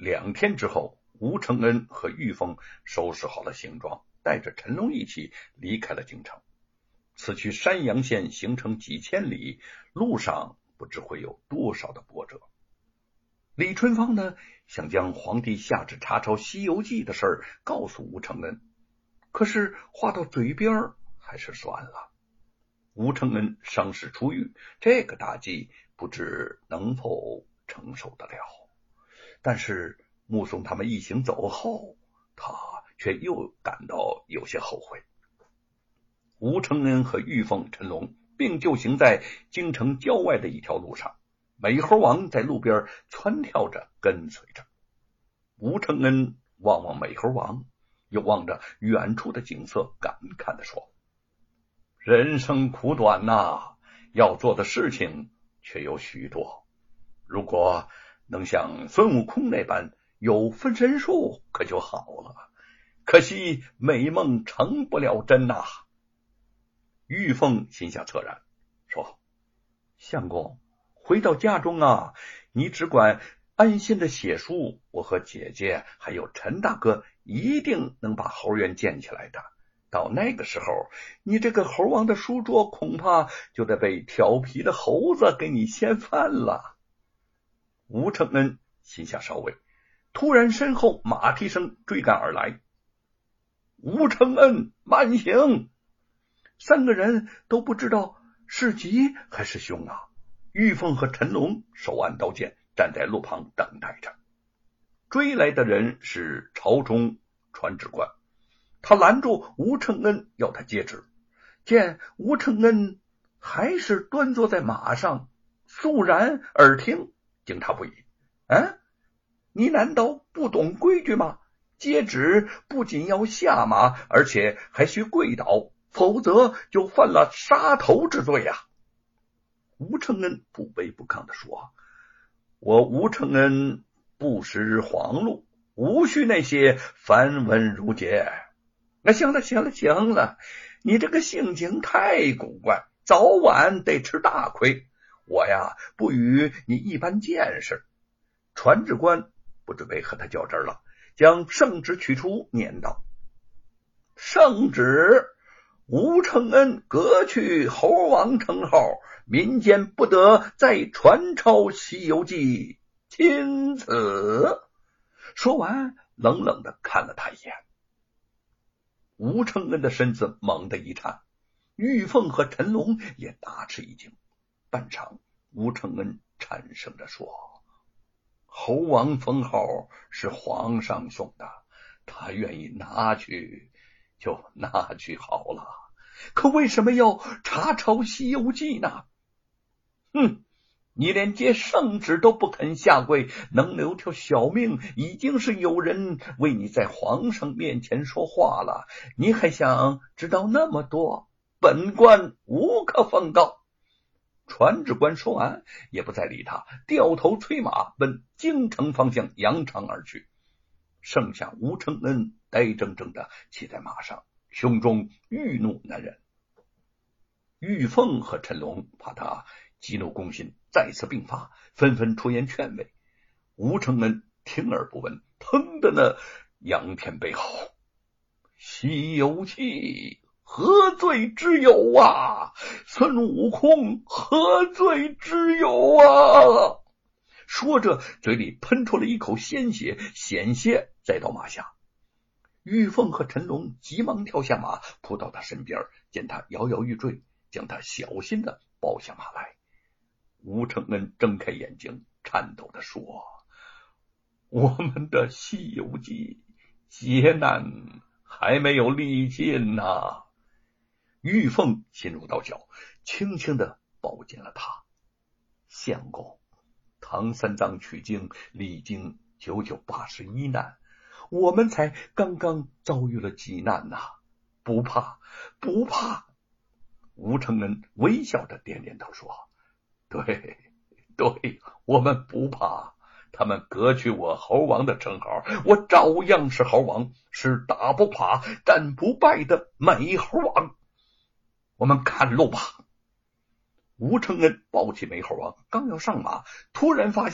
2天之后，吴承恩和玉凤收拾好了行装，带着陈龙一起离开了京城。此去山阳县行程几千里，路上不知会有多少的波折。李春芳呢，想将皇帝下旨查抄《西游记》的事告诉吴承恩，可是话到嘴边还是算了。吴承恩伤势初愈，这个打击不知能否承受得了。但是目送他们一行走后，他却又感到有些后悔。吴承恩和玉凤、陈龙并就行在京城郊外的一条路上，美猴王在路边蹿跳着跟随着。吴承恩望望美猴王，又望着远处的景色，感慨地说：人生苦短呐，要做的事情却有许多。如果能像孙悟空那般有分身术可就好了，可惜美梦成不了真呐。玉凤心下恻然，说：相公，回到家中啊，你只管安心的写书，我和姐姐还有陈大哥一定能把猴园建起来的。到那个时候，你这个猴王的书桌恐怕就得被调皮的猴子给你掀翻了。吴承恩心下稍微，突然身后马蹄声追赶而来。吴承恩，慢行！3个人都不知道是吉还是凶啊。玉凤和陈龙手按刀剑，站在路旁等待着。追来的人是朝中传旨官，他拦住吴承恩要他接旨，见吴承恩还是端坐在马上，肃然耳听，惊诧不已。你难道不懂规矩吗？接旨不仅要下马，而且还需跪倒，否则就犯了杀头之罪啊。吴承恩不卑不亢地说：我吴承恩不识黄路，无需那些繁文缛节。那行了，你这个性情太古怪，早晚得吃大亏。我呀，不与你一般见识。传旨官不准备和他较真了，将圣旨取出，念道：圣旨，吴承恩革去猴王称号，民间不得再传抄《西游记》，钦此。说完，冷冷地看了他一眼。吴承恩的身子猛地一颤，玉凤和陈龙也大吃一惊。半晌，吴承恩颤声着说：猴王封号是皇上送的，他愿意拿去就拿去好了，可为什么要查抄《西游记》呢？你连接圣旨都不肯下跪，能留条小命，已经是有人为你在皇上面前说话了，你还想知道那么多？本官无可奉告。传旨官说完也不再理他，掉头催马奔京城方向扬长而去。剩下吴承恩呆怔怔的骑在马上，胸中郁怒难忍。玉凤和陈龙怕他激怒攻心，再次并发，纷纷出言劝慰。吴承恩听而不闻，腾的呢仰天悲吼：西游记何罪之有啊！孙悟空何罪之有啊！说着嘴里喷出了一口鲜血，险些栽到马下。玉凤和陈龙急忙跳下马，扑到他身边，见他摇摇欲坠，将他小心的抱下马来。吴承恩睁开眼睛，颤抖地说：我们的西游记劫难还没有历尽呐。玉凤心如刀绞，轻轻地抱紧了他。相公，唐三藏取经历经981难，我们才刚刚遭遇了几难呐，不怕不怕。吴承恩微笑着点点头说：对，我们不怕，他们革去我猴王的称号，我照样是猴王，是打不垮战不败的美猴王。我们看路吧。吴承恩抱起美猴王，刚要上马，突然发现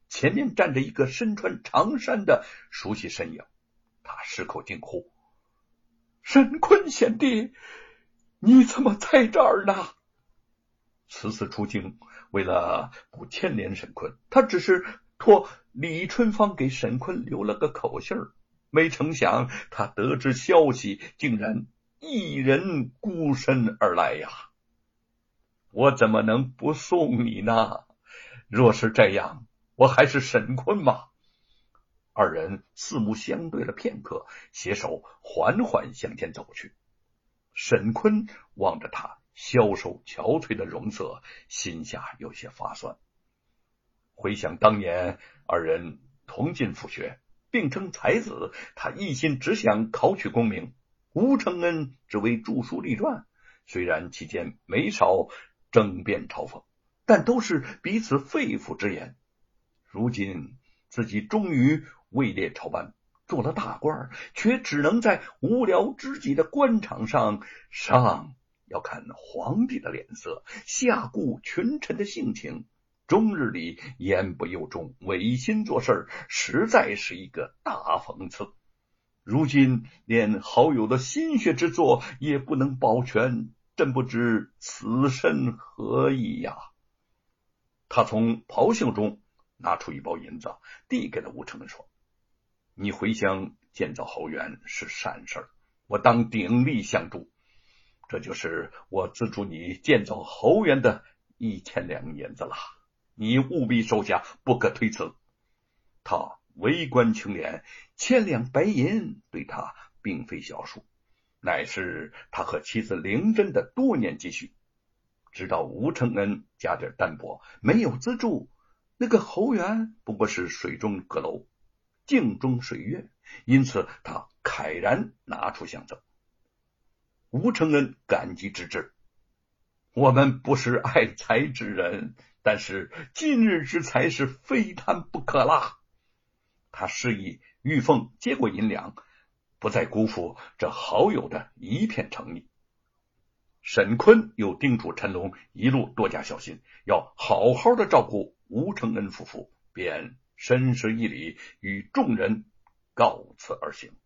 前面站着一个身穿长衫的熟悉身影，他失口惊呼：“沈坤贤弟，你怎么在这儿呢？”此次出京，为了不牵连沈坤，他只是托李春芳给沈坤留了个口信儿，没成想他得知消息，竟然一人孤身而来呀！我怎么能不送你呢？若是这样，我还是沈坤吗？二人四目相对了片刻，携手缓缓向前走去。沈坤望着他消瘦憔悴的容色，心下有些发酸。回想当年二人同进府学，并称才子，他一心只想考取功名，吴承恩只为著书立传，虽然期间没少争辩嘲讽，但都是彼此肺腑之言。如今自己终于位列朝班，做了大官，却只能在无聊之极的官场上，上要看皇帝的脸色，下顾群臣的性情，终日里言不由衷，违心做事，实在是一个大讽刺。如今连好友的心血之作也不能保全，真不知此身何意呀！他从袍袖中拿出一包银子，递给了吴承恩，说：“你回乡建造后园是善事，我当鼎力相助。这就是我资助你建造后园的1000两银子了，你务必收下，不可推辞。”他为官清廉，1000两白银对他并非小数，乃是他和妻子灵珍的多年积蓄。直到吴承恩家底单薄，没有资助，那个后园不过是水中阁楼，镜中水月，因此他慨然拿出相赠。吴承恩感激之至：“我们不是爱财之人，但是今日之财是非贪不可啦。”他示意玉凤接过银两，不再辜负这好友的一片诚意。沈坤又叮嘱陈龙一路多加小心，要好好的照顾吴承恩夫妇，便深施一礼，与众人告辞而行。